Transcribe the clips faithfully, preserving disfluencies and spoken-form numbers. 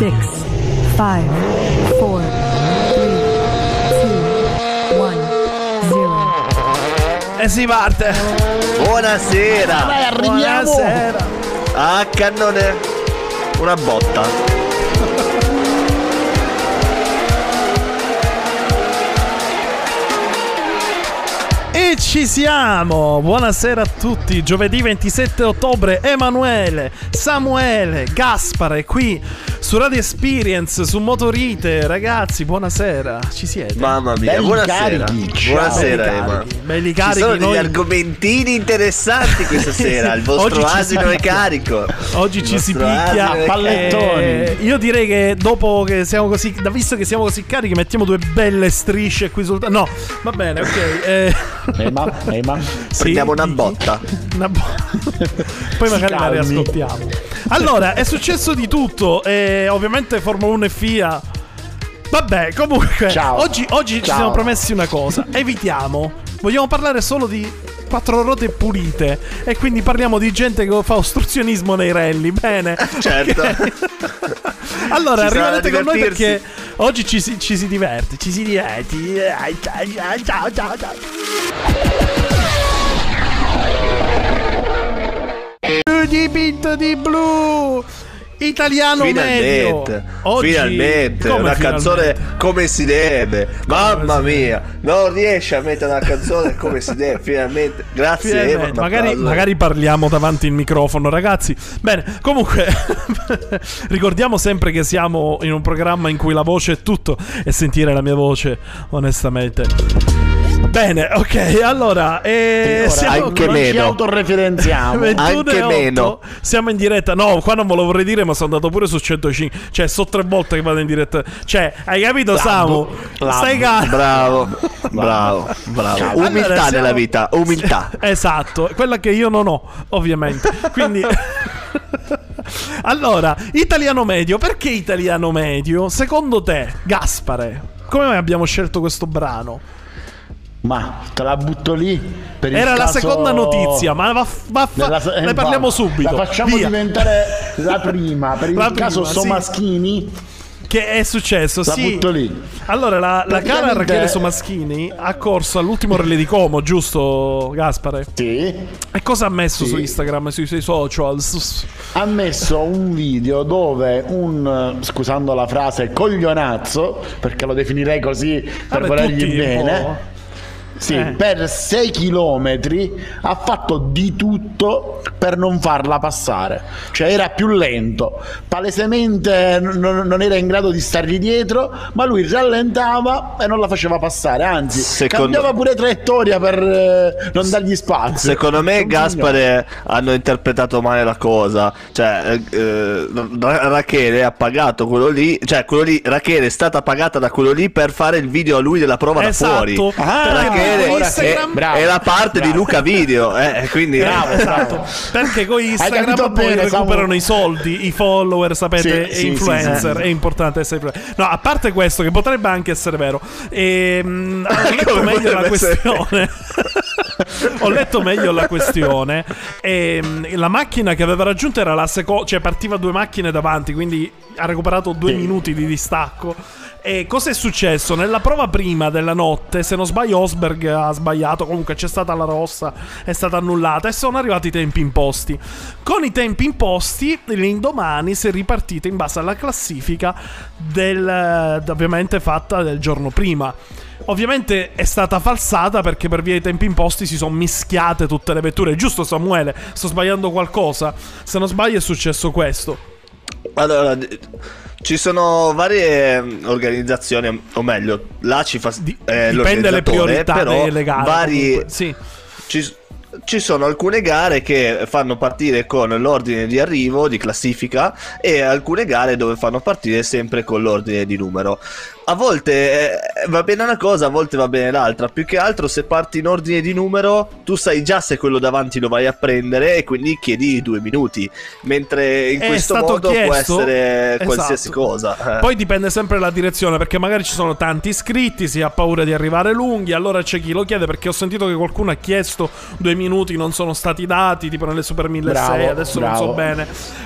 six, five, four, three, two, one, zero. E si parte. Buonasera. Dai, arriviamo. Buonasera. A cannone. Una botta. E ci siamo! Buonasera a tutti, giovedì ventisette ottobre, Emanuele, Samuele, Gaspare qui su Radio Experience, su Motorite. Ragazzi, buonasera, ci siete? Mamma mia, Belli buonasera. carichi, ciao. Buonasera, Belli Ema. carichi, belli Ci carichi, sono degli noi- argomentini interessanti questa sera. Il vostro Oggi ci asino si è picchia. carico. Oggi Il ci si vostro picchia asino è pallettoni. Eh, io direi che dopo che siamo così, da- visto che siamo così carichi, mettiamo due belle strisce qui sul. No, va bene, ok. Eh, Ema, Ema. sì, Prendiamo una dichi? botta. Una bo- Poi Si magari la calmi. riascoltiamo. Allora, è successo di tutto. E ovviamente Formula uno e F I A. Vabbè, comunque, Ciao. oggi, oggi ci Ciao. siamo promessi una cosa. Evitiamo. Vogliamo parlare solo di quattro ruote pulite. E quindi parliamo di gente che fa ostruzionismo nei rally. Bene. Certo. Ok. Allora, Ci sarà rimanete da con noi divertirsi. perché oggi ci si, ci si diverte. Ci si diverte. Ciao, ciao, ciao, ciao. Dipinto di blu, italiano medio. Finalmente, Oggi- finalmente, come una finalmente? canzone come si deve. Mamma si mia, non riesce a mettere una canzone come si deve. Finalmente, grazie. Finalmente. Ema, un Magari, applauso. magari parliamo davanti il microfono, ragazzi. Bene, comunque ricordiamo sempre che siamo in un programma in cui la voce è tutto e sentire la mia voce, onestamente. Bene, ok, allora eh, Ora, siamo anche non ci meno. autoreferenziamo. ventuno e anche otto, meno. siamo in diretta. No, qua non ve lo vorrei dire, ma sono andato pure su centocinque. Cioè, so tre volte che vado in diretta. Cioè, hai capito, Samu? Labbo. Stai calmo. Bravo, bravo, bravo. Allora, Umiltà siamo- nella vita, umiltà. Esatto, quella che io non ho, ovviamente. Quindi allora, italiano medio, perché italiano medio? Secondo te, Gaspare, come mai abbiamo scelto questo brano? Ma te la butto lì per il Era la caso- seconda notizia, ma va, va fa- Nella- eh, ne parliamo va- subito. La facciamo Via. diventare la prima. Per il La prima, caso sì. Somaschini, Che è successo? la Sì. butto lì. Allora, la, la cara Praticamente- Rachele Somaschini ha corso all'ultimo rally di Como, giusto, Gaspare? Sì. E cosa ha messo Sì. su Instagram, sui suoi social? Ha messo un video dove un, scusando la frase, coglionazzo, perché lo definirei così per Vabbè, volergli tutti un bene. po'. Sì, Eh. per sei chilometri ha fatto di tutto per non farla passare, cioè era più lento, palesemente n- non era in grado di stargli dietro, ma lui rallentava e non la faceva passare, anzi Secondo- cambiava pure traiettoria per eh, non dargli spazio. Secondo me Un Gaspare hanno interpretato male la cosa. Cioè eh, Ra- Rachele ha pagato quello lì. Cioè quello lì Rachele è stata pagata da quello lì per fare il video a lui della prova Esatto. da fuori. Ah, Rachele con è, Instagram- bravo, è la parte bravo. di Luca Video, eh, quindi Bravo, Esatto, perché con Instagram capito poi bene, recuperano Samu. i soldi, i follower, sapete, Sì, e sì, influencer. sì, sì. È importante essere influencer. No, a parte questo, che potrebbe anche essere vero, ehm, ho letto Come meglio la potrebbe essere questione. Ho letto meglio la questione. E la macchina che aveva raggiunto era la seconda, cioè partiva due macchine davanti, quindi ha recuperato due Sì. minuti di distacco. E cosa è successo? Nella prova prima della notte, se non sbaglio, Osberg ha sbagliato. Comunque c'è stata la rossa, è stata annullata e sono arrivati i tempi imposti. Con i tempi imposti, l'indomani si è ripartita in base alla classifica del, ovviamente fatta del giorno prima. Ovviamente è stata falsata perché per via dei tempi imposti si sono mischiate tutte le vetture. Giusto, Samuele? Sto sbagliando qualcosa? Se non sbaglio è successo questo. allora d- ci sono varie mm, organizzazioni, o meglio, l'A C I F Di- è dipende le l'organizzatore, priorità però delle gare. vari comunque. Sì. ci, ci sono alcune gare che fanno partire con l'ordine di arrivo, di classifica, e alcune gare dove fanno partire sempre con l'ordine di numero. a volte eh, va bene una cosa, a volte va bene l'altra. Più che altro, se parti in ordine di numero, tu sai già se quello davanti lo vai a prendere e quindi chiedi due minuti. Mentre in È questo stato modo chiesto, può essere esatto, qualsiasi cosa. Eh. Poi dipende sempre dalla direzione, perché magari ci sono tanti iscritti, si ha paura di arrivare lunghi, allora c'è chi lo chiede, perché ho sentito che qualcuno ha chiesto due minuti, non sono stati dati, tipo nelle Super milleseicento, adesso bravo. non so bene.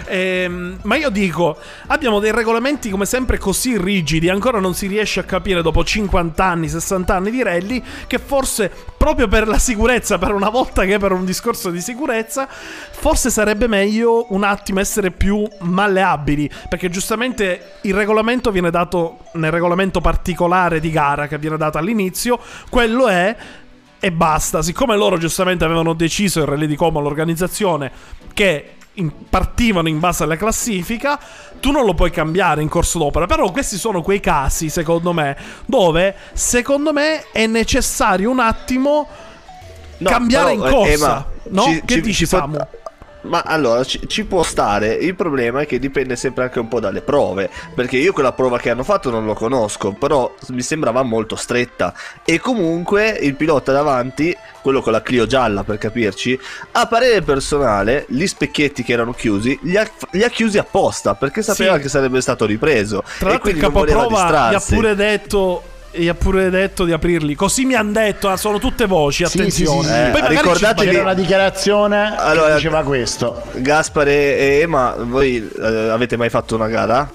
Ehm, ma io dico, abbiamo dei regolamenti come sempre così rigidi, ancora non si riesce a capire dopo cinquanta anni, sessanta anni di rally, che forse proprio per la sicurezza, per una volta che per un discorso di sicurezza, forse sarebbe meglio un attimo essere più malleabili, perché giustamente il regolamento viene dato nel regolamento particolare di gara che viene dato all'inizio, quello è e basta. Siccome loro giustamente avevano deciso, il Rally di Como, l'organizzazione, che in, partivano in base alla classifica, tu non lo puoi cambiare in corso d'opera. Però questi sono quei casi, secondo me, dove secondo me è necessario un attimo No, cambiare però, in corsa, eh, ma no? ci- Che ci- dici, ci può- Samu? Ma allora ci, ci può stare. Il problema è che dipende sempre anche un po' dalle prove, perché io quella prova che hanno fatto non lo conosco, però mi sembrava molto stretta. E comunque il pilota davanti, quello con la Clio gialla per capirci, a parere personale gli specchietti che erano chiusi li ha, li ha chiusi apposta, perché sapeva Sì. che sarebbe stato ripreso. Tra E l'altro il quindi non voleva capoprova gli ha distrarsi. pure detto gli ha pure detto di aprirli. Così mi hanno detto, ah, sono tutte voci, Sì, attenzione. sì, sì, sì. Eh, Poi magari ci ricordatevi- sbagliamo. C'era una dichiarazione Allora, che diceva questo. Gaspare e Ema, voi eh, avete mai fatto una gara?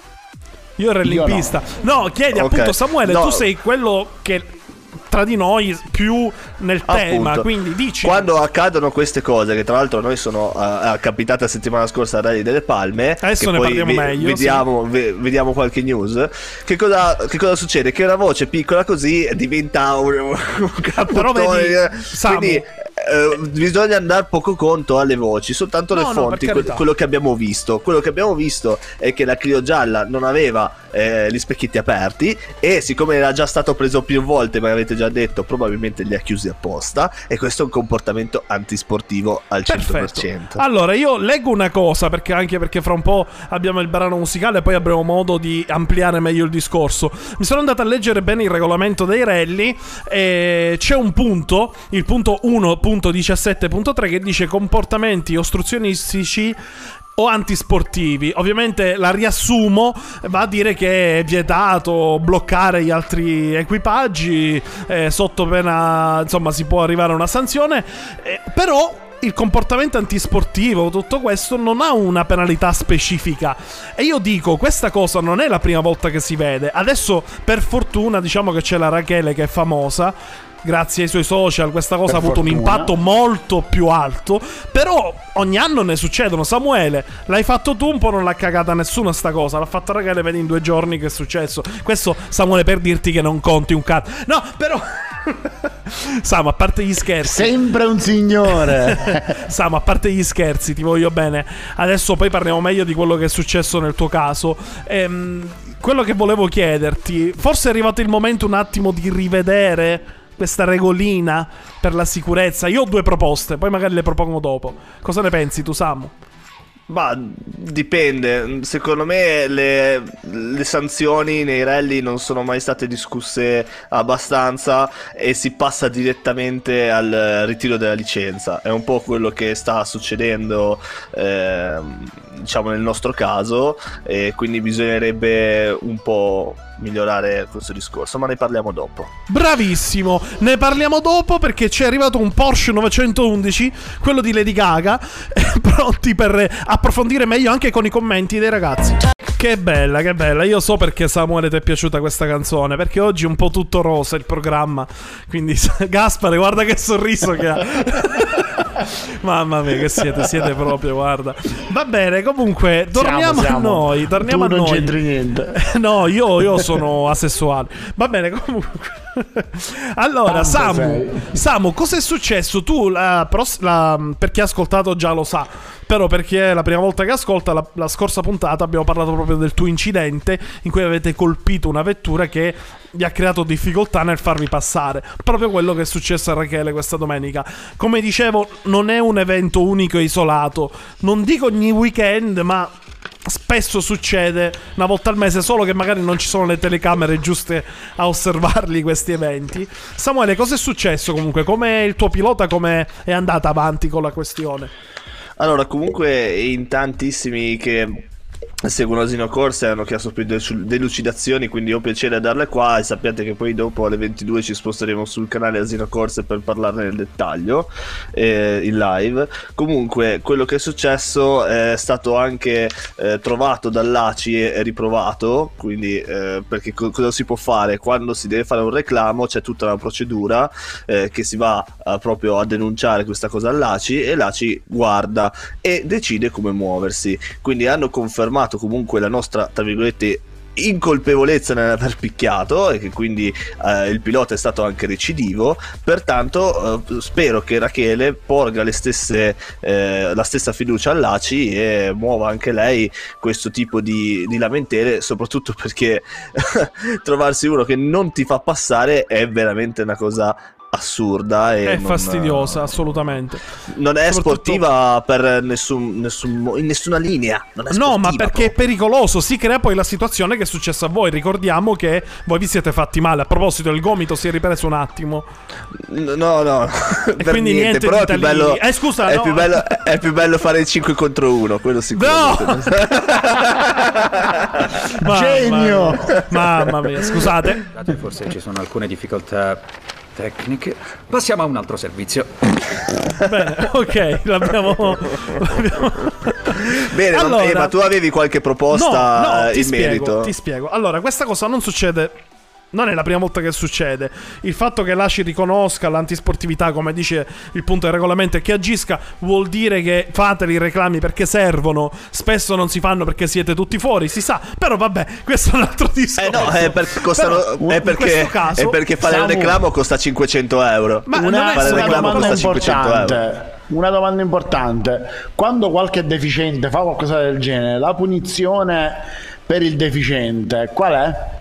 Io ero Io no. limpista. No, chiedi Ok. appunto, Samuele, No. tu sei quello che tra di noi più nel tema, Appunto. quindi dici. Quando accadono queste cose, che tra l'altro a noi sono uh, capitate la settimana scorsa al Rally delle Palme, Adesso che ne poi parliamo meglio, vediamo, ve- vediamo qualche news. Che cosa, che cosa succede? Che una voce piccola così diventa un, un Però capottone. vedi, Samu- Quindi eh, bisogna andare poco conto alle voci, soltanto No, le no, fonti. per que- carità. quello che abbiamo visto, quello che abbiamo visto è che la Clio gialla non aveva eh, gli specchietti aperti, e siccome era già stato preso più volte, ma avete già detto, probabilmente li ha chiusi apposta, e questo è un comportamento antisportivo al cento per Perfetto. cento. Allora, io leggo una cosa, perché anche perché fra un po' abbiamo il brano musicale e poi avremo modo di ampliare meglio il discorso. Mi sono andato a leggere bene il regolamento dei rally e c'è un punto, il punto uno punto diciassette punto tre, che dice comportamenti ostruzionistici o antisportivi. Ovviamente la riassumo, va a dire che è vietato bloccare gli altri equipaggi, eh, sotto pena, insomma, si può arrivare a una sanzione, eh, però il comportamento antisportivo, tutto questo, non ha una penalità specifica. E io dico, questa cosa non è la prima volta che si vede. Adesso, per fortuna, diciamo che c'è la Rachele che è famosa. Grazie ai suoi social questa cosa Per ha avuto un fortuna. impatto molto più alto. Però ogni anno ne succedono. Samuele, l'hai fatto tu un po', non l'ha cagata nessuno sta cosa. L'ha fatta Rachele, vedi in due giorni che è successo. Questo, Samuele, per dirti che non conti un cazzo. No, però Samu, a parte gli scherzi, Sempre un signore. Samu, a parte gli scherzi, ti voglio bene. Adesso poi parliamo meglio di quello che è successo nel tuo caso. Ehm, quello che volevo chiederti, forse è arrivato il momento un attimo di rivedere questa regolina per la sicurezza. Io ho due proposte, poi magari le propongo dopo. Cosa ne pensi tu, Samu? Ma dipende, secondo me le, le sanzioni nei rally non sono mai state discusse abbastanza e si passa direttamente al ritiro della licenza. È un po' quello che sta succedendo, ehm, diciamo, nel nostro caso, e quindi bisognerebbe un po' migliorare questo discorso, ma ne parliamo dopo. Bravissimo, ne parliamo dopo, perché ci è arrivato un Porsche novecentoundici, quello di Lady Gaga, pronti per approfondire meglio anche con i commenti dei ragazzi. Che bella, che bella. Io so perché, Samuele, ti è piaciuta questa canzone, perché oggi è un po' tutto rosa il programma. Quindi Gaspare, guarda che sorriso che ha. Mamma mia, che siete, siete proprio, guarda. Va bene, comunque, torniamo Siamo, siamo. a noi, torniamo Tu a non noi. c'entri niente. No, io, io sono asessuale. Va bene, comunque. Allora, Tanto Samu, sei. Samu, cosa è successo? Tu, la, pros- la- per chi ha ascoltato già lo sa, Però per chi è la prima volta che ascolta, la, la scorsa puntata abbiamo parlato proprio del tuo incidente in cui avete colpito una vettura che vi ha creato difficoltà nel farvi passare. Proprio quello che è successo a Rachele questa domenica. Come dicevo, non è un evento unico e isolato. Non dico ogni weekend, ma spesso succede una volta al mese, solo che magari non ci sono le telecamere giuste a osservarli questi eventi. Samuele, cosa è successo comunque? Come il tuo pilota, come è andata avanti con la questione? Allora, comunque in tantissimi che seguono Asino Corse hanno chiesto più delucidazioni, quindi ho piacere a darle qua, e sappiate che poi dopo alle ventidue ci sposteremo sul canale Asino Corse per parlarne nel dettaglio eh, in live. Comunque quello che è successo è stato anche eh, trovato dall'A C I e riprovato, quindi eh, perché co- cosa si può fare? Quando si deve fare un reclamo c'è tutta una procedura eh, che si va eh, proprio a denunciare questa cosa all'A C I, e l'A C I guarda e decide come muoversi. Quindi hanno confermato comunque la nostra, tra virgolette, incolpevolezza nell'aver picchiato, e che quindi eh, il pilota è stato anche recidivo. Pertanto eh, spero che Rachele porga le stesse, eh, la stessa fiducia all'A C I e muova anche lei questo tipo di, di lamentele, soprattutto perché trovarsi uno che non ti fa passare è veramente una cosa assurda e è non, fastidiosa, assolutamente. Non è Soprattutto... sportiva per nessun, nessun, in nessuna linea. Non è no, ma perché proprio. È pericoloso. Si crea poi la situazione che è successa a voi. Ricordiamo che voi vi siete fatti male. A proposito, il gomito si è ripreso un attimo. No, no, e per quindi niente, niente. Però è più bello. Eh, scusa, è, no. più bello, è più bello fare cinque contro uno. Quello sicuramente. No! Genio! Mamma mia, scusate. Forse ci sono alcune difficoltà tecniche. Passiamo a un altro servizio. Bene, ok, l'abbiamo, l'abbiamo... Bene, allora, ma, eh, ma tu avevi qualche proposta no, no, ti in spiego, merito? Ti spiego. Allora, questa cosa non succede. Non è la prima volta che succede. Il fatto che l'A C I riconosca l'antisportività, come dice il punto del regolamento, e che agisca, vuol dire che fateli i reclami perché servono. Spesso non si fanno perché siete tutti fuori, si sa. Però vabbè, questo è un altro discorso. Eh no, è, per, costano, Però, è perché, caso, è perché fare Samu, un reclamo costa cinquecento euro. Ma una, non è fare il una reclamo domanda costa cinquecento importante. euro. Una domanda importante: quando qualche deficiente fa qualcosa del genere, la punizione per il deficiente qual è?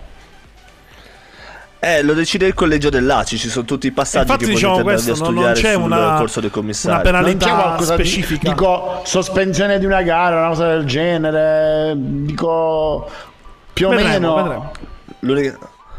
Eh, lo decide il collegio dell'A C I, ci sono tutti i passaggi. Infatti, che diciamo, potete andare a questo, non studiare c'è sul una, corso del commissario. una penalità Non c'è qualcosa specifica. Di, dico sospensione di una gara, una cosa del genere, dico più o Vedremo, meno. vedremo. L'unica...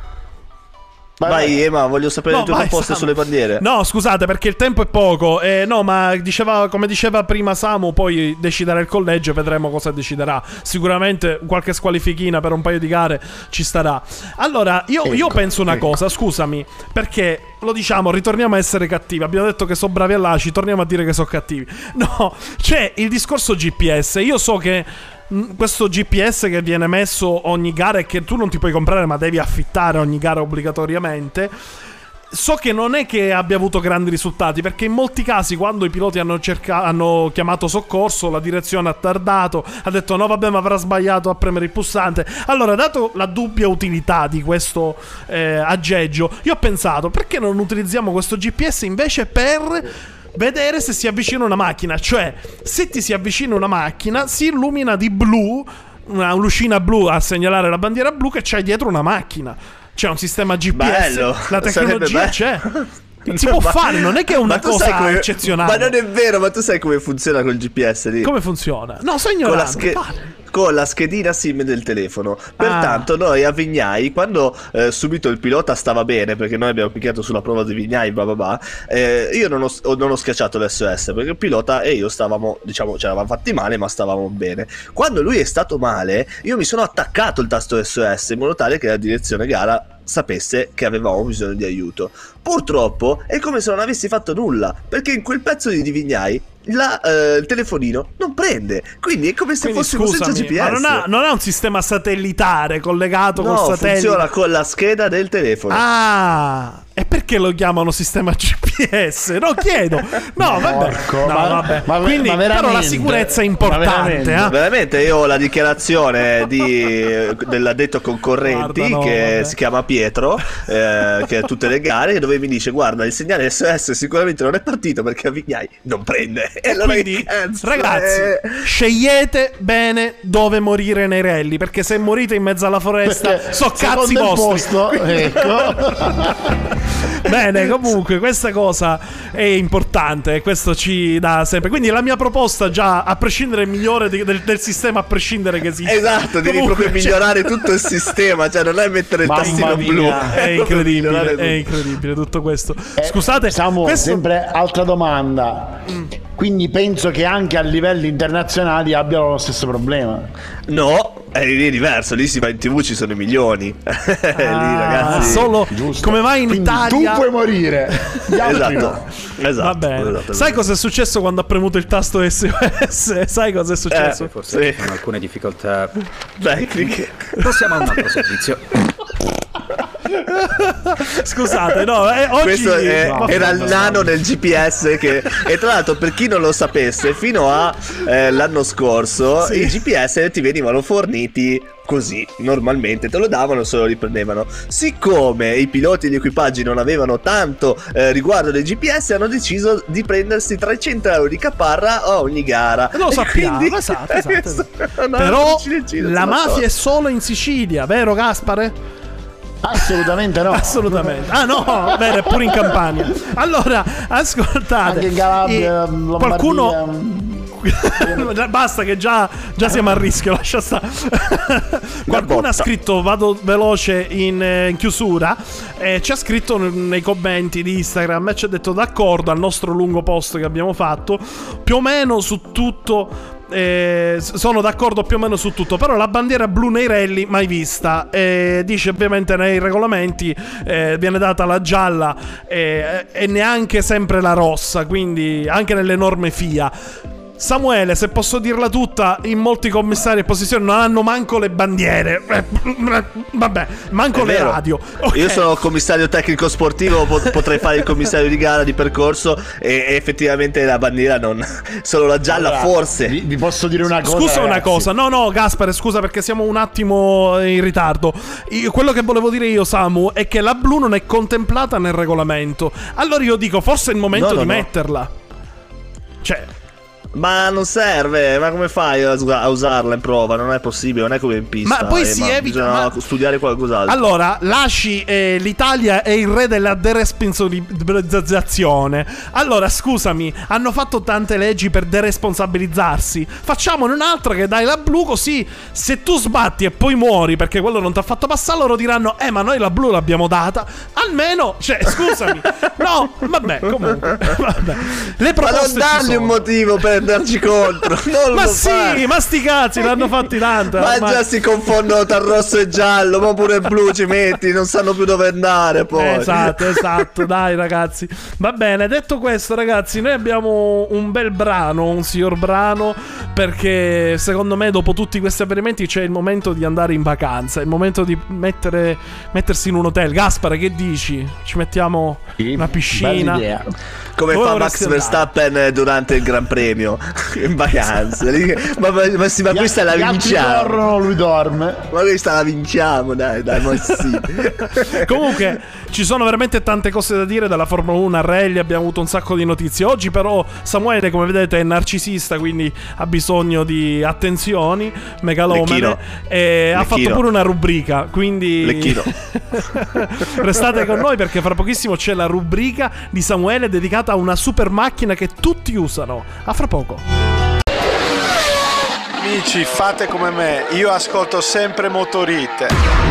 Vai, Vai Ema, voglio sapere No, le tue vai, proposte Samu. sulle bandiere. No, scusate, perché il tempo è poco. Eh, no, ma diceva, come diceva prima Samu, poi deciderà il collegio e vedremo cosa deciderà. Sicuramente qualche squalifichina per un paio di gare ci starà. Allora, io, Ecco, io penso una ecco. cosa, scusami, perché lo diciamo, ritorniamo a essere cattivi. Abbiamo detto che sono bravi all'A C I, torniamo a dire che sono cattivi. No, c'è il discorso G P S. Io so che questo G P S che viene messo ogni gara e che tu non ti puoi comprare ma devi affittare ogni gara obbligatoriamente, so che non è che abbia avuto grandi risultati, perché in molti casi quando i piloti hanno, cerca- hanno chiamato soccorso, la direzione ha tardato, ha detto no vabbè ma avrà sbagliato a premere il pulsante. Allora, dato la dubbia utilità di questo eh, aggeggio, io ho pensato, perché non utilizziamo questo G P S invece per vedere se si avvicina una macchina. Cioè, se ti si avvicina una macchina, si illumina di blu, una lucina blu a segnalare la bandiera blu che c'hai dietro una macchina. C'è un sistema G P S. Bello. La tecnologia c'è. Si può Ma- fare, non è che è una ma tu cosa sai come- eccezionale. Ma non è vero, ma tu sai come funziona col G P S lì? Come funziona? No, sono Con la, ignorante. sch- Pare. con la schedina SIM del telefono. Pertanto Ah. noi a Vignai, quando eh, subito il pilota stava bene, perché noi abbiamo picchiato sulla prova di Vignai, bla bla bla, eh, io non ho, ho- non ho schiacciato l'S O S, perché il pilota e io stavamo, diciamo, ci eravamo fatti male ma stavamo bene. Quando lui è stato male, io mi sono attaccato il tasto S O S in modo tale che la direzione gara sapesse che avevamo bisogno di aiuto. Purtroppo è come se non avessi fatto nulla, perché in quel pezzo di Vignai la, eh, il telefonino non prende, quindi è come se Quindi, fossimo scusami, senza G P S. ma non ha, non ha un sistema satellitare collegato No, col satellite? funziona con la scheda del telefono. Ah, E perché lo chiamano sistema G P S? No, chiedo. No, vabbè. Porco, No, ma- vabbè. ma- Quindi, ma però la veramente? sicurezza è Ma importante, veramente? eh? Veramente io ho la dichiarazione di, dell'addetto concorrenti, Guarda, no, che vabbè. si chiama Pietro, eh, che ha tutte le gare, dove mi dice guarda il segnale S O S sicuramente non è partito perché a Vignai non prende. E allora Quindi, che cazzo, ragazzi, eh? scegliete bene dove morire nei rally, perché se morite in mezzo alla foresta, Perché so cazzi secondo il vostri. posto, ecco. Bene, comunque questa cosa è importante e questo ci dà sempre. Quindi la mia proposta già, a prescindere, è migliore di- del, del sistema, a prescindere che esiste. Esatto, devi Comunque, proprio migliorare tutto il sistema, cioè non è mettere il Mamma tastino mia. blu. È incredibile, Migliorare è incredibile tutto questo. Eh, Scusate, Samu, questo... sempre altra domanda. Quindi penso che anche a livelli internazionali abbiano lo stesso problema. No, è lì è diverso, lì si va in tv, ci sono i milioni. lì Ah, ragazzi. solo Giusto. come mai in Quindi Italia tu puoi morire, gli altri no. Esatto. Esatto. Va bene. esatto, Sai esatto. cosa è successo quando ha premuto il tasto S O S? Sai cosa è successo? Eh, Forse Sì. ci sono alcune difficoltà. Tecniche. Passiamo a un altro servizio. Scusate, no, eh, oggi Questo è- no, era il no, nano nel G P S che, e tra l'altro per chi non lo sapesse fino a eh, l'anno scorso Sì. i G P S ti venivano forniti così normalmente, te lo davano e se lo riprendevano. Siccome i piloti e gli equipaggi non avevano tanto eh, riguardo dei G P S, hanno deciso di prendersi trecento euro di caparra a ogni gara. Lo E sappiamo, quindi- esatto, esatto. No, Però ciliegina, la se lo mafia so. è solo in Sicilia, vero Gaspare? Assolutamente no. Assolutamente. Ah no, vero, è pure in Campania. Allora, ascoltate. Anche in Calabria, eh, Lombardia. qualcuno basta che già, già siamo a rischio, lascia stare. Qualcuno ha botta. scritto, vado veloce in, eh, in chiusura, eh, ci ha scritto n- nei commenti di Instagram e ci ha detto d'accordo al nostro lungo post che abbiamo fatto, più o meno su tutto. Eh, s- sono d'accordo più o meno su tutto, però la bandiera blu nei rally mai vista. Eh, dice ovviamente nei regolamenti eh, viene data la gialla eh, e neanche sempre la rossa, quindi anche nelle norme F I A. Samuele, se posso dirla tutta, in molti commissari e posizioni non hanno manco le bandiere. Eh, vabbè, manco È le vero. radio. Ok. Io sono commissario tecnico sportivo, pot- potrei fare il commissario di gara di percorso e, e effettivamente la bandiera non... Solo la gialla Allora, forse. Vi, vi posso dire una cosa. Scusa una ragazzi. cosa, no no Gaspare, scusa perché siamo un attimo in ritardo. Io- quello che volevo dire io, Samu, è che la blu non è contemplata nel regolamento. Allora io dico, forse è il momento No, no, di no. metterla. Cioè, Ma non serve, ma come fai a, a usarla in prova? Non è possibile, non è come in pista. Ma poi eh, si ma evita- Bisogna ma- studiare qualcos'altro. allora, lasci eh, l'Italia è il re della deresponsabilizzazione. Allora, scusami, hanno fatto tante leggi per deresponsabilizzarsi. Facciamone un'altra che dai la blu, così se tu sbatti e poi muori perché quello non ti ha fatto passare, loro diranno "Eh, ma noi la blu l'abbiamo data". Almeno, cioè, scusami. No, vabbè, comunque, vabbè. Le ma proposte non ci dargli sono. un motivo per andarci contro. Non Ma lo sì, fare. ma sti cazzi, l'hanno fatti tanto. Ma ormai. già si confondono tra rosso e giallo, ma pure blu ci metti, non sanno più dove andare poi. Esatto, esatto, dai ragazzi. Va bene, detto questo ragazzi, noi abbiamo un bel brano, un signor brano, perché secondo me dopo tutti questi avvenimenti c'è il momento di andare in vacanza, è il momento di mettere, mettersi in un hotel. Gaspare, che dici? Ci mettiamo Sì, una piscina? bella idea. Come Dove fa vorresti Max Verstappen durante il Gran Premio in vacanza. Lì- ma, ma, ma, sì, ma Gli- questa la gli altri vinciamo. corrono, lui dorme. Ma questa la vinciamo, dai, dai, ma sì. Comunque ci sono veramente tante cose da dire dalla Formula uno a rally, abbiamo avuto un sacco di notizie. Oggi però Samuele, come vedete, è narcisista, quindi ha bisogno di attenzioni, megalomane, Lecchino. e ha fatto Lecchino. pure una rubrica, quindi Lecchino. restate con noi perché fra pochissimo c'è la rubrica di Samuele dedicata a una super macchina che tutti usano. A fra poco. Amici, fate come me, io ascolto sempre Motorite.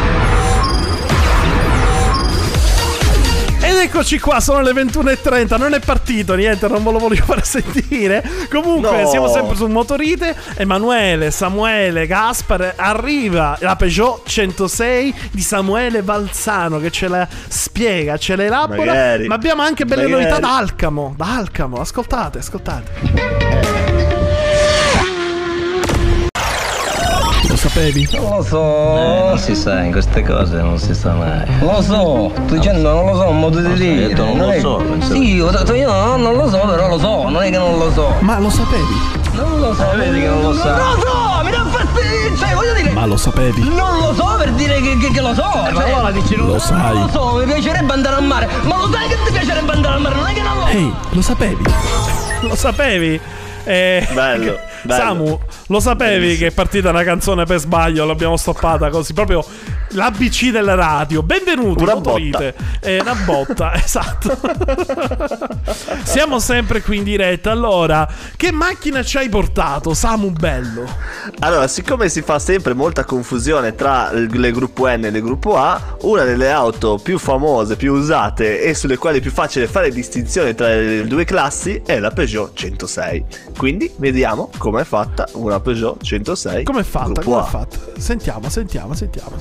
Ed eccoci qua, sono le ventuno e trenta, non è partito niente, non ve lo voglio far sentire. Comunque No. siamo sempre su Motorite. Emanuele, Samuele, Gaspare, arriva la Peugeot centosei di Samuele Valzano che ce la spiega, ce la elabora. Magari. Ma abbiamo anche belle Magari. novità da Alcamo, da Alcamo, ascoltate, ascoltate. Lo sapete sapevi? Non lo so. Eh, non si sa, in queste cose non si sa mai. Lo so, sto dicendo non lo so, un modo di dire. Detto, non Non lo è- so, non so. Sì, ho detto io no, non lo so, però lo so, non è che non lo so. Ma lo sapevi? Non lo so. Eh, vedi che non lo sa. Non lo so, mi dà fastidio, cioè voglio dire. Ma lo sapevi? Non lo so per dire che, che, che lo so. Ma cioè, allora dici non Lo lo so. sai. Non lo so, mi piacerebbe andare al mare. Ma lo sai che ti piacerebbe andare al mare? Non è che non lo so. Ehi, lo sapevi? Lo sapevi? Eh, Bello, bello. Samu, lo sapevi che è partita una canzone per sbaglio? L'abbiamo stoppata così, proprio l'A B C della radio. Benvenuti, Una Motorite. È una botta, esatto. Siamo sempre qui in diretta. Allora, che macchina ci hai portato, Samu bello? Allora, siccome si fa sempre molta confusione tra le gruppo N e le gruppo A, una delle auto più famose, più usate e sulle quali è più facile fare distinzione tra le due classi è la Peugeot centosei. Quindi vediamo com'è fatta una Peugeot centosei. Com'è fatta? gruppo Com'è A. fatta? Sentiamo, sentiamo, sentiamo.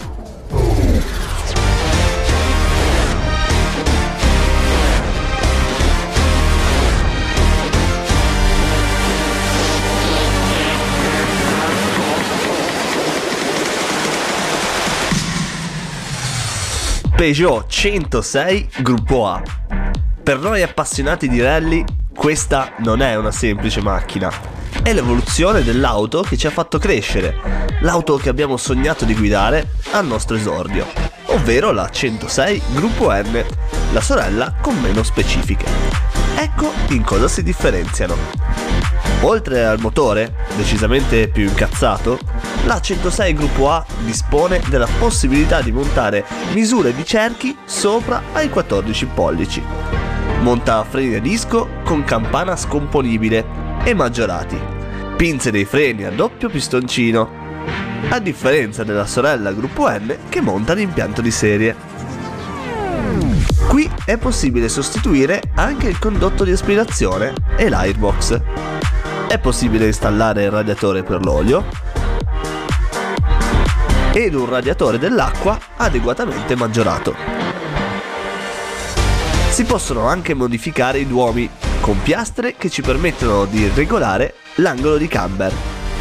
Peugeot centosei gruppo A. Per noi appassionati di rally, questa non è una semplice macchina. È l'evoluzione dell'auto che ci ha fatto crescere, l'auto che abbiamo sognato di guidare al nostro esordio, ovvero la centosei gruppo N, la sorella con meno specifiche. Ecco in cosa si differenziano. Oltre al motore, decisamente più incazzato, la centosei gruppo A dispone della possibilità di montare misure di cerchi sopra ai quattordici pollici. Monta freni a disco con campana scomponibile e maggiorati, pinze dei freni a doppio pistoncino, a differenza della sorella gruppo N che monta l'impianto di serie. Qui è possibile sostituire anche il condotto di aspirazione e l'airbox. È possibile installare il radiatore per l'olio ed un radiatore dell'acqua adeguatamente maggiorato. Si possono anche modificare i duomi con piastre che ci permettono di regolare l'angolo di camber.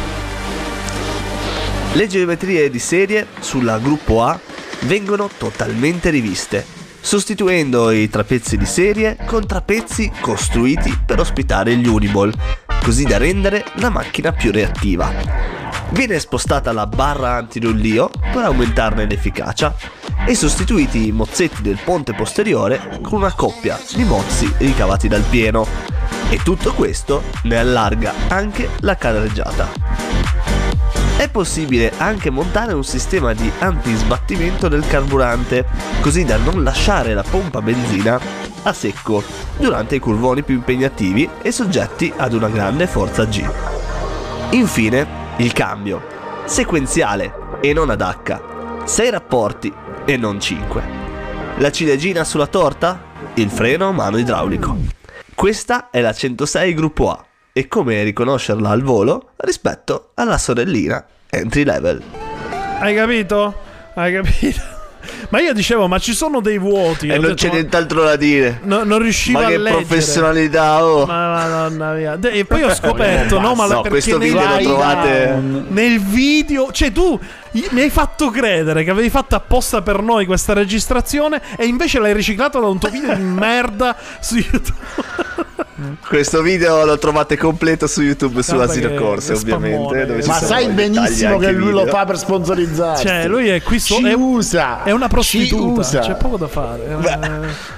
Le geometrie di serie sulla gruppo A vengono totalmente riviste, sostituendo i trapezzi di serie con trapezzi costruiti per ospitare gli Uniball, così da rendere la macchina più reattiva. Viene spostata la barra antirullio per aumentarne l'efficacia e sostituiti i mozzetti del ponte posteriore con una coppia di mozzi ricavati dal pieno. E tutto questo ne allarga anche la carreggiata. È possibile anche montare un sistema di antisbattimento del carburante, così da non lasciare la pompa benzina a secco durante i curvoni più impegnativi e soggetti ad una grande forza G. Infine, il cambio, sequenziale e non ad H, sei rapporti e non cinque. La ciliegina sulla torta? Il freno a mano idraulico. Questa è la centosei gruppo A e come riconoscerla al volo rispetto alla sorellina entry level. Hai capito? Hai capito? Ma io dicevo, ma ci sono dei vuoti. E Ho non detto, c'è ma- nient'altro da dire. No, non riuscivo Ma a che leggere. professionalità, oh. Ma madonna mia. De- E poi ho scoperto, no, ma No, perché questo nel- video lo Vai trovate. down. nel video, cioè tu i- mi hai fatto credere che avevi fatto apposta per noi questa registrazione e invece l'hai riciclato da un tuo video di merda su YouTube. Questo video lo trovate completo su YouTube su Guarda Asino che- Corse, che spammone. ovviamente. Dove ci Ma sono sai i dettagli benissimo anche che lui video. lo fa per sponsorizzare. Cioè, lui è qui so- Ci è, usa. è una prostituta, Ci usa. c'è poco da fare. Eh,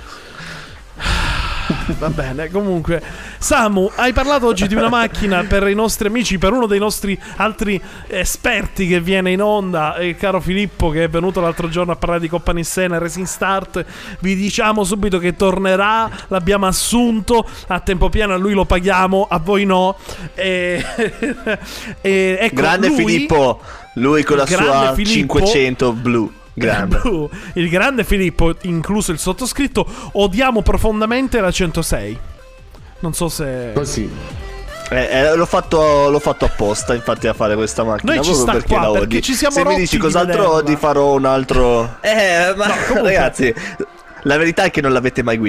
Va bene, comunque Samu, hai parlato oggi di una macchina per i nostri amici, per uno dei nostri altri esperti che viene in onda, il caro Filippo, che è venuto l'altro giorno a parlare di Coppa Nissena, Racing Start. Vi diciamo subito che tornerà, l'abbiamo assunto a tempo pieno, a lui lo paghiamo, a voi no. E, e ecco, Grande lui- Filippo, lui con la grande sua Filippo- cinquecento blu. Grande. Blu. Il grande Filippo, incluso il sottoscritto, odiamo profondamente la centosei. Non so se... Così. Eh, eh, l'ho, fatto, l'ho fatto apposta, infatti, a fare questa macchina. Noi ci proprio sta perché qua, la perché odi. ci siamo Se mi rotti dici di cos'altro vederla. odi, farò un altro. Eh, ma comunque- ragazzi, la verità è che non l'avete mai guidata.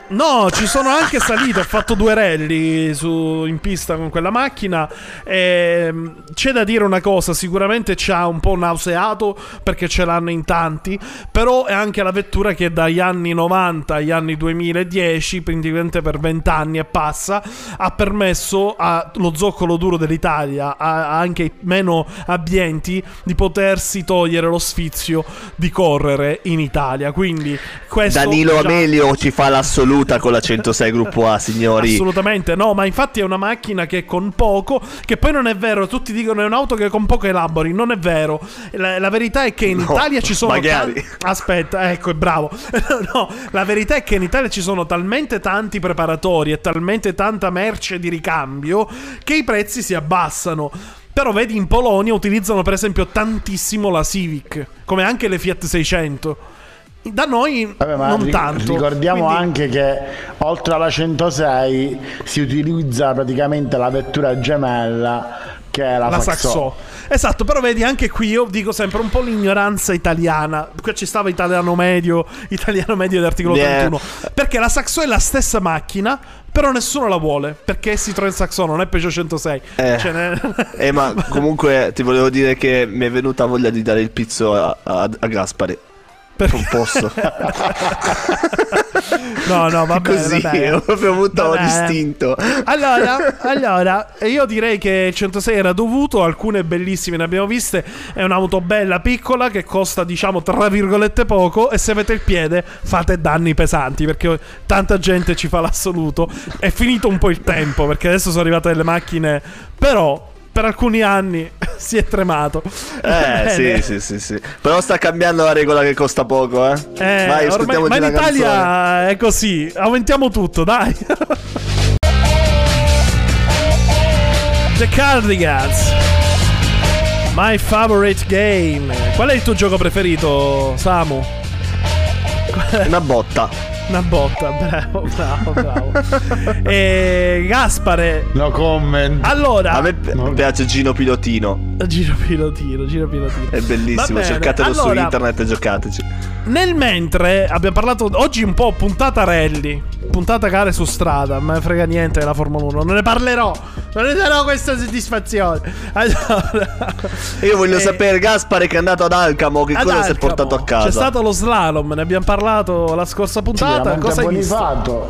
No, ci sono anche salito, ho fatto due rally su, in pista con quella macchina. E c'è da dire una cosa, sicuramente ci ha un po' nauseato perché ce l'hanno in tanti, però è anche la vettura che dagli anni novanta agli anni duemiladieci, praticamente per venti anni e passa, ha permesso allo zoccolo duro dell'Italia, a, anche ai meno abbienti, di potersi togliere lo sfizio di correre in Italia. Quindi questo Danilo già... Amelio ci fa l'assoluta con la centosei Gruppo A, signori. Assolutamente no, ma infatti è una macchina che con poco, che poi non è vero, tutti dicono è un'auto che con poco elabori, non è vero. La, la verità è che in No, Italia ci sono magari. tanti... Aspetta, ecco, è bravo. No, la verità è che in Italia ci sono talmente tanti preparatori e talmente tanta merce di ricambio che i prezzi si abbassano. Però vedi, in Polonia utilizzano per esempio tantissimo la Civic, come anche le Fiat seicento. Da noi Vabbè, ma non ric- tanto. ricordiamo Quindi... anche che oltre alla centosei si utilizza praticamente la vettura gemella che è la, la Saxo. Saxo. Esatto, però vedi anche qui io dico sempre un po' l'ignoranza italiana. Qui ci stava italiano medio, italiano medio dell'articolo Yeah. trentuno. Perché la Saxo è la stessa macchina, però nessuno la vuole, perché si trova in Saxo, non è Peugeot centosei. Eh. Ce n'è... Eh, ma comunque ti volevo dire che mi è venuta voglia di dare il pizzo a, a, a Gaspari. Per... Non posso. No, no, va bene, Così, va bene. ho proprio avuto Va bene. l'istinto. Allora, allora, io direi che il centosei era dovuto, alcune bellissime ne abbiamo viste. È un'auto bella, piccola, che costa, diciamo, tra virgolette poco. E se avete il piede fate danni pesanti, perché tanta gente ci fa l'assoluto. È finito un po' il tempo, perché adesso sono arrivate delle macchine. Però per alcuni anni si è tremato. Eh, sì, sì, sì, sì. Però sta cambiando la regola che costa poco, eh. Eh, Vai, ormai, ma in una Italia canzone. è così. Aumentiamo tutto, dai. The Cardigans, My Favorite Game. Qual è il tuo gioco preferito, Samu? Una botta. Una botta, bravo, bravo, bravo. E Gaspare. No comment. Allora, A me pi- piace Gino Pilotino. Giro pilotino, giro pilotino. È bellissimo, Va bene, cercatelo su allora, internet e giocateci. Nel mentre abbiamo parlato oggi un po' puntata rally, puntata gare su strada, ma me frega niente della Formula uno, non ne parlerò, non ne darò questa soddisfazione. Allora, Io voglio eh, sapere Gaspare che è andato ad Alcamo, che ad cosa si è Alcamo portato a casa. C'è stato lo slalom, ne abbiamo parlato la scorsa Sì, puntata. la Cosa hai visto? Bonifato,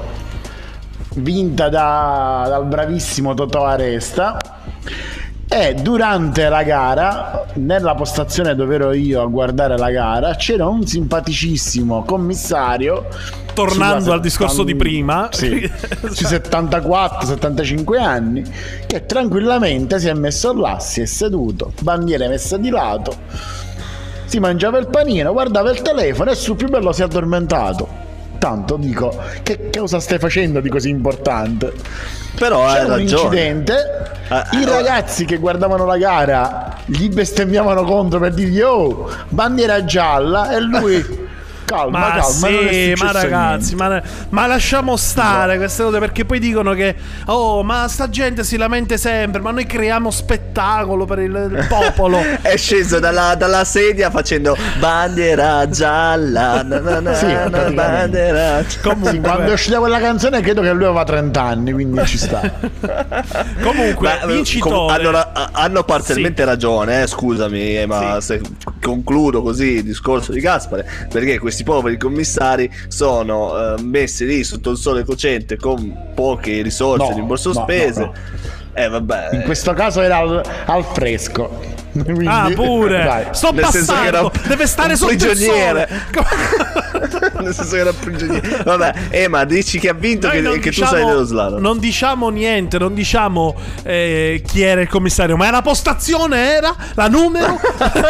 vinta da- dal bravissimo Totò Aresta. E durante la gara, nella postazione dove ero io a guardare la gara, c'era un simpaticissimo commissario. Tornando sulla al discorso di prima, sì, sui settantaquattro settantacinque anni, che tranquillamente si è messo là, si è seduto, bandiere messe di lato, si mangiava il panino, guardava il telefono e sul più bello si è addormentato. Tanto dico, che cosa stai facendo di così importante? Però hai C'era un ragione. incidente, Ah, i ah, ragazzi che guardavano la gara gli bestemmiavano contro per dirgli oh, bandiera gialla, e lui calma, Ma calma, non è sì, successo ma ragazzi, ma, ma lasciamo stare queste cose, perché poi dicono che oh, ma sta gente si lamenta sempre, ma noi creiamo spettacolo per il, il popolo. È sceso dalla, dalla sedia facendo bandiera gialla, na, na, na, Sì, na, praticamente. bandiera gialla. Comunque, Sì, quando è uscita quella canzone credo che lui aveva trenta anni, quindi ci sta. comunque Ma, vincitore. com- hanno, ra- hanno parzialmente Sì. ragione, eh, scusami, eh, ma se concludo così il discorso di Gaspare, perché questi poveri commissari sono eh, messi lì sotto il sole cocente con poche risorse No, di rimborso no, spese. no, no. Eh vabbè. In questo caso era al, al fresco. Quindi, Ah, pure. dai. Sto Nel senso che era passando. un- Deve stare un sotto il prigioniere. sole. Nel senso che era prigioniero. Vabbè, eh, ma dici che ha vinto, Noi che, non che diciamo- tu sai dello slalom. Non diciamo niente, non diciamo eh, chi era il commissario, ma la postazione era la numero.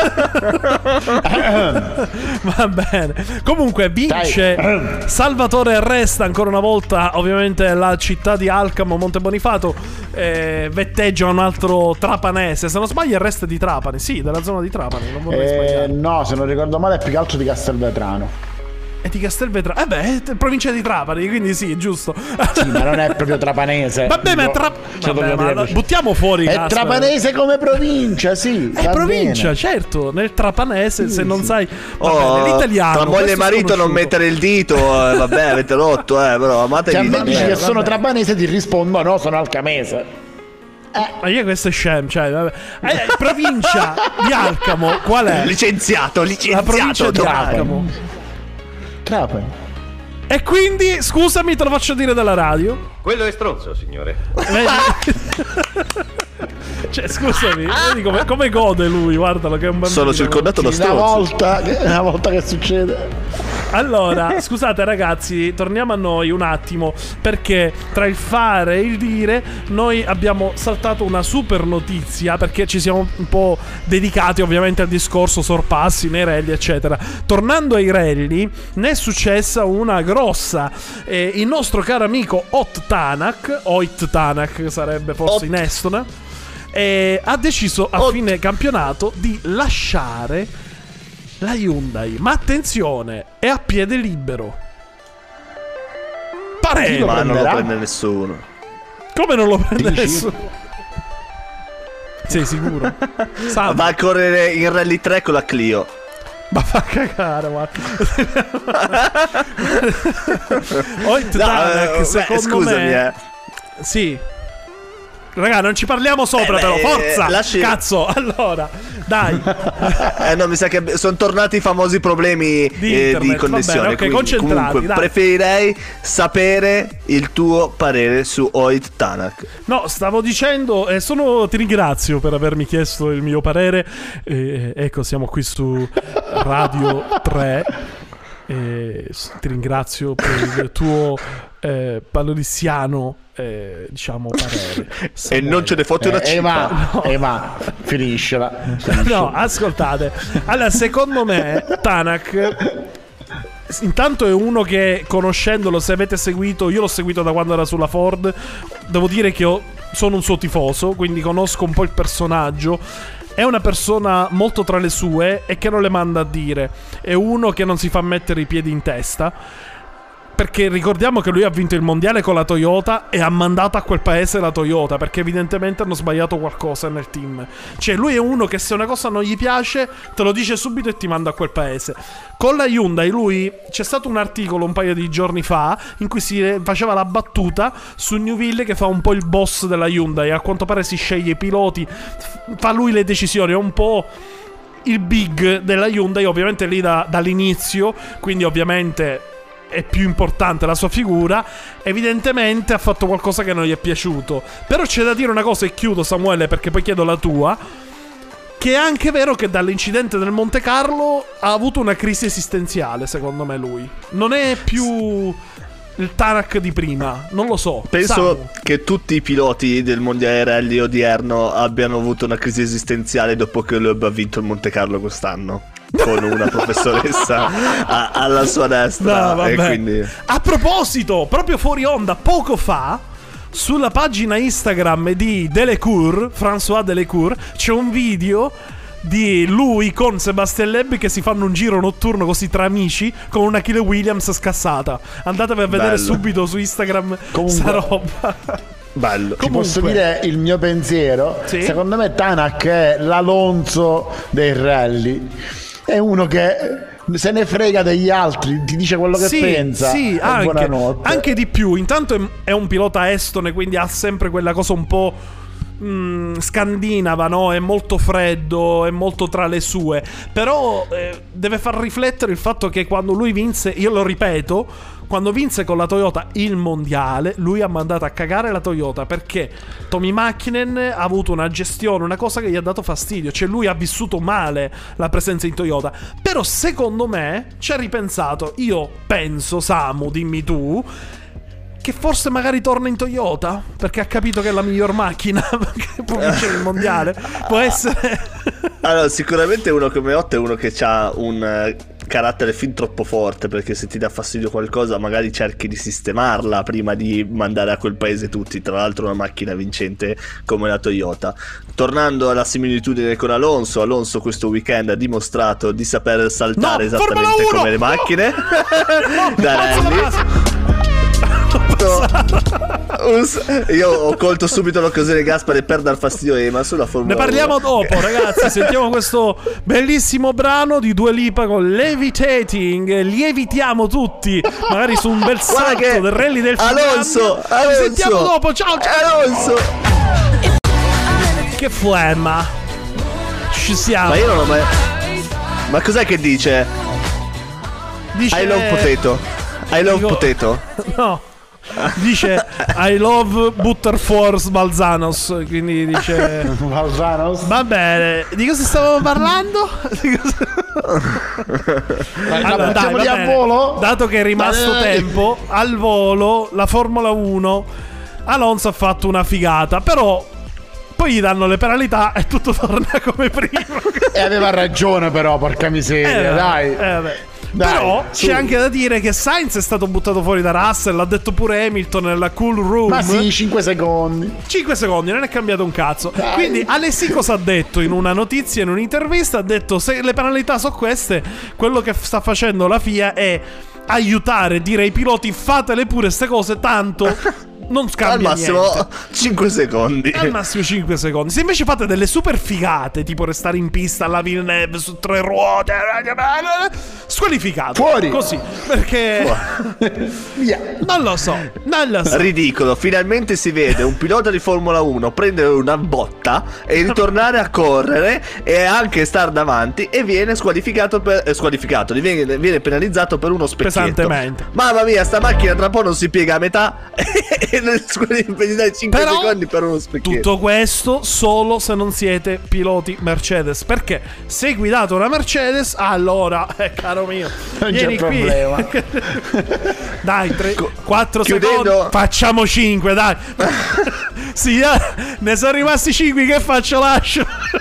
Va bene. Comunque vince Dai. Salvatore Arresta ancora una volta, ovviamente la città di Alcamo, Monte Bonifato, eh, vetteggia un altro trapanese, se non sbaglio Arresta è di Trapani, sì, della zona di Trapani, non vorrei Eh, sbagliare. no, se non ricordo male è più che altro di Castelvetrano. E di Castelvetrano. Eh beh, è provincia di Trapani, quindi sì, giusto. Sì, ma non è proprio trapanese. Vabbè, ma, tra... Cioè, Vabbè, ma dire... buttiamo fuori. È Casper. trapanese come provincia, sì. È provincia, bene. Certo. Nel trapanese, sì, se non sì. sai. Va oh, bene, l'italiano. Tra moglie e marito non mettere il dito. Eh, vabbè, avete rotto, eh, però amate se il a me dici che sono trapanese, ti rispondo: no, sono alcamese. Eh. Ma io questo è scem, cioè, vabbè. Eh, provincia di Alcamo, qual è? Licenziato, licenziato. La provincia di Alcamo. Trapani. E quindi, scusami, te lo faccio dire dalla radio. Quello è stronzo, signore. Cioè, scusami, vedi come, come gode lui, guardalo che è un bambino. Sono circondato da stronzo. Una volta, una volta che succede. Allora, scusate ragazzi, torniamo a noi un attimo, perché tra il fare e il dire noi abbiamo saltato una super notizia, perché ci siamo un po' dedicati ovviamente al discorso sorpassi nei rally eccetera. Tornando ai rally, ne è successa una grossa. eh, Il nostro caro amico Ot Tanak, Oit Tanak sarebbe forse Ot. in estone, eh, ha deciso a Ot. fine campionato di lasciare la Hyundai, ma attenzione, è a piede libero. Pare, ma non lo prende nessuno. Come non lo prende Dici? nessuno? Sei sicuro? Va a correre in Rally tre con la Clio. Ma fa cagare, guarda. Oit Tanak, no, secondo beh, scusami, me eh. Sì. Raga, non ci parliamo sopra, eh, però, forza! Lasci... Cazzo, allora, dai. eh no, mi sa che sono tornati i famosi problemi di, eh, internet, di connessione. Bene, ok, quindi, concentrati, comunque, dai. preferirei sapere il tuo parere su Oit Tanak. No, stavo dicendo, eh, sono, ti ringrazio per avermi chiesto il mio parere. Eh, ecco, siamo qui su Radio tre. Eh, ti ringrazio per il tuo eh, palorissiano eh, diciamo parere. E non ce ne fotte una eh, cifra. ma, no. eh, ma finiscela. No, ascoltate. Allora, secondo me Tanak intanto è uno che, conoscendolo, se avete seguito, io l'ho seguito da quando era sulla Ford, devo dire che ho, sono un suo tifoso, quindi conosco un po' il personaggio. È una persona molto tra le sue e che non le manda a dire. È uno che non si fa mettere i piedi in testa, perché ricordiamo che lui ha vinto il mondiale con la Toyota e ha mandato a quel paese la Toyota, perché evidentemente hanno sbagliato qualcosa nel team. Cioè lui è uno che se una cosa non gli piace te lo dice subito e ti manda a quel paese. Con la Hyundai lui, c'è stato un articolo un paio di giorni fa in cui si faceva la battuta su Newville, che fa un po' il boss della Hyundai. A quanto pare si sceglie i piloti, fa lui le decisioni, è un po' il big della Hyundai, ovviamente lì da, dall'inizio, quindi ovviamente è più importante la sua figura. Evidentemente ha fatto qualcosa che non gli è piaciuto. Però c'è da dire una cosa, e chiudo, Samuele, perché poi chiedo la tua, che è anche vero che dall'incidente del Monte Carlo ha avuto una crisi esistenziale, secondo me lui. Non è più il Tanak di prima, non lo so. Penso Samu. che tutti i piloti del mondiale rally odierno abbiano avuto una crisi esistenziale dopo che Loeb ha vinto il Monte Carlo quest'anno, con una professoressa a, alla sua destra. No, e quindi... A proposito, proprio fuori onda, poco fa, sulla pagina Instagram di Delecour, François Delecour, c'è un video di lui con Sébastien Loeb che si fanno un giro notturno così tra amici con una Achille Williams scassata. Andatevi a vedere Bello. subito su Instagram sta roba. Bello. Ti posso dire il mio pensiero? Sì? Secondo me Tanak è l'Alonso dei rally. È uno che se ne frega degli altri, ti dice quello che sì, pensa. Sì, anche, buonanotte. Anche di più. Intanto è un pilota estone, quindi ha sempre quella cosa un po' mm, scandinava, no? È molto freddo, è molto tra le sue. Però eh, deve far riflettere il fatto che quando lui vinse, io lo ripeto, quando vinse con la Toyota il mondiale, lui ha mandato a cagare la Toyota, perché Tommy Mäkinen ha avuto una gestione, una cosa che gli ha dato fastidio. Cioè lui ha vissuto male la presenza in Toyota. Però secondo me ci ha ripensato. Io penso, Samu, dimmi tu, che forse magari torna in Toyota, perché ha capito che è la miglior macchina che può vincere il mondiale. Può essere. Allora, sicuramente uno come Otto è uno che ha un carattere fin troppo forte, perché se ti dà fastidio qualcosa magari cerchi di sistemarla prima di mandare a quel paese tutti, tra l'altro una macchina vincente come la Toyota. Tornando alla similitudine con Alonso, Alonso questo weekend ha dimostrato di saper saltare No, esattamente come le macchine No, da rally. Io ho colto subito l'occasione, Gaspare, per dar fastidio a Ema sulla Formula Ne parliamo uno. dopo, ragazzi. Sentiamo questo bellissimo brano di Dua Lipa con Levitating. Lievitiamo tutti, magari su un bel Guarda salto che del rally del Alonso, Finlandia. Alonso, Ci sentiamo dopo, ciao, ciao. Alonso. Che flemma. Ci siamo. Ma io non ho mai. Ma cos'è che dice? Dice... I love potato. I love Dico- potato. No. Dice I love Butterforce Balzanos. Quindi dice Balzanos. va bene. Di cosa stavamo parlando? Di cosa... Allora, dai, va a bene. volo? Dato che è rimasto Dai, dai. tempo, al volo la Formula uno, Alonso ha fatto una figata, però poi gli danno le penalità e tutto torna come prima. E aveva ragione però, porca miseria, Eh, dai. eh, vabbè. Dai, Però su. c'è anche da dire che Sainz è stato buttato fuori da Russell, l'ha detto pure Hamilton nella cool room. Ma sì, cinque secondi. cinque secondi, non è cambiato un cazzo. Dai. Quindi Alessi cosa ha detto in una notizia, in un'intervista? Ha detto: se le penalità sono queste, quello che sta facendo la F I A è aiutare, dire ai piloti fatele pure ste cose, tanto non Al scambia massimo niente. cinque secondi. Al massimo cinque secondi. Se invece fate delle super figate, tipo restare in pista alla Villeneuve su tre ruote, squalificato. Fuori. Così. Perché Via. non lo so. Non lo so. Ridicolo, finalmente si vede un pilota di Formula uno prendere una botta e ritornare a correre e anche star davanti, e viene squalificato per eh, squalificato, viene, viene penalizzato per uno specchietto. Pesantemente. Mamma mia, sta macchina tra un po' non si piega a metà e ne squalificare cinque Però, secondi per uno specchietto. tutto questo solo se non siete piloti Mercedes. Perché se guidate una Mercedes, allora, eh, caro mio, Non vieni c'è qui. problema. Dai, quattro chiudendo- secondi. Facciamo cinque, dai. Sì, eh, ne sono rimasti cinque. Che faccio? Lascio.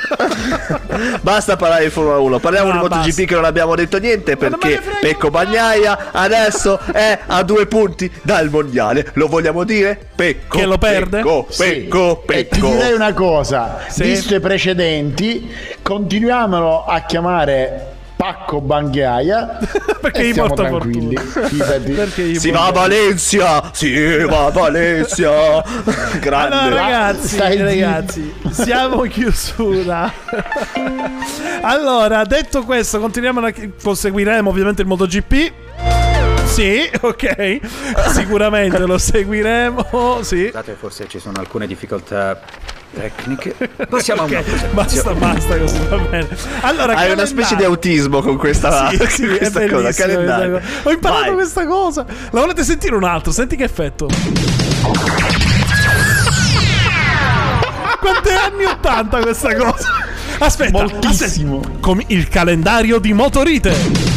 Basta parlare di Formula uno, parliamo No, di MotoGP basta. che non abbiamo detto niente Ma non me perché ne frega Pecco un cazzo. Bagnaia adesso è a due punti dal mondiale. Lo vogliamo dire? Pecco Che lo perde? Pecco, Sì. Pecco, E ti Pecco. direi una cosa, Sì. visto i precedenti, continuiamolo a chiamare Pacco Bagnaia Perché e gli siamo porta tranquilli. fortuna. Fidati. Perché gli Si porta- va a Valencia, si va a Valencia. Grande. Allora ragazzi, Stai ragazzi, siamo in chiusura. Allora, detto questo, continuiamo a proseguiremo ovviamente il MotoGP. Sì, ok. Sicuramente lo seguiremo. Sì. Scusate, forse ci sono alcune difficoltà tecniche. Passiamo a un Ok, altro basta, servizio. basta così, va bene. Allora, Hai una specie di autismo con questa, Sì, sì, è questa cosa. bellissima Calendario. questa cosa. Ho imparato Vai. questa cosa. La volete sentire un altro? Senti che effetto. Quanti anni ottanta questa cosa? Aspetta, Moltissimo. aspetta. Come il calendario di Motorite.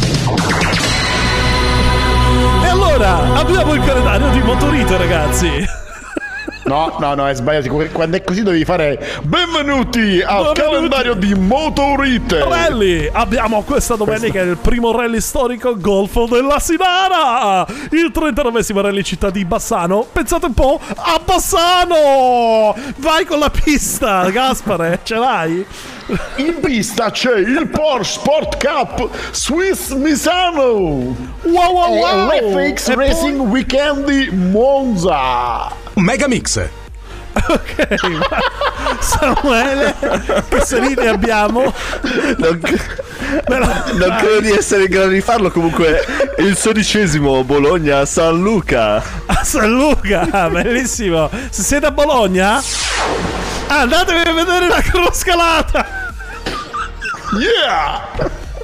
E allora, abbiamo il calendario di Motorite, ragazzi. No, no, no, è sbagliato. Quando è così devi fare benvenuti al Benvenuti. calendario di Motorite. Rally! Abbiamo questa domenica il primo rally storico Golfo della Sinara, il trentanovesimo rally città di Bassano. Pensate un po' a Bassano! Vai con la pista, Gaspare, ce l'hai? In pista c'è il Porsche Sport Cup Swiss Misano Wow wow wow! e l'F X E poi- Racing Weekend di Monza. Megamix. Ok, Samuele, che salite abbiamo? Non, non credo di essere in grado di farlo. Comunque, il sedicesimo Bologna San Luca. A San Luca, bellissimo. Se siete a Bologna, andatevi a vedere la croscalata. Yeah!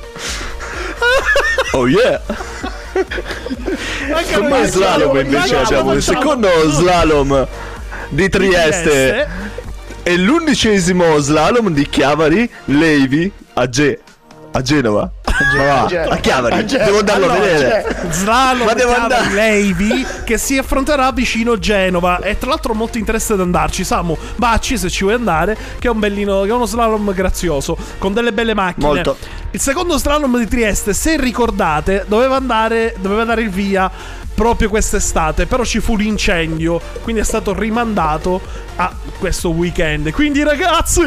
Oh yeah! Anche Come noi slalom facciamo- invece facciamo- abbiamo il facciamo- secondo slalom di Trieste e l'undicesimo slalom di Chiavari Levi a, Ge- a Genova. Ma va, a Chiavari, A Ge- devo andarlo Allora, a vedere. Slalom Ma devo Chiavari andare. Levi che si affronterà vicino Genova. E tra l'altro ho molto interesse ad andarci. Samu, bacci se ci vuoi andare. Che è un bellino, che è uno slalom grazioso con delle belle macchine. Molto. Il secondo slalom di Trieste, se ricordate, doveva andare, doveva dare il via proprio quest'estate, però ci fu l'incendio, quindi è stato rimandato a questo weekend. Quindi ragazzi,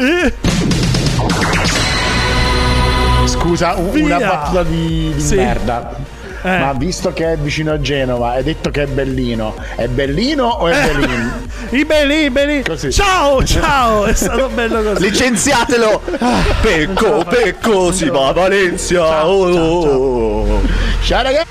scusa, un- Via. una battuta di, di Sì. merda. Eh. Ma visto che è vicino a Genova, hai detto che è bellino. È bellino o è bellino? i belli, i belli. Così. Ciao, ciao, è stato bello così. Licenziatelo! Pecco, Pecco, si va a Valencia. Ciao, ciao, Oh. Ciao ragazzi.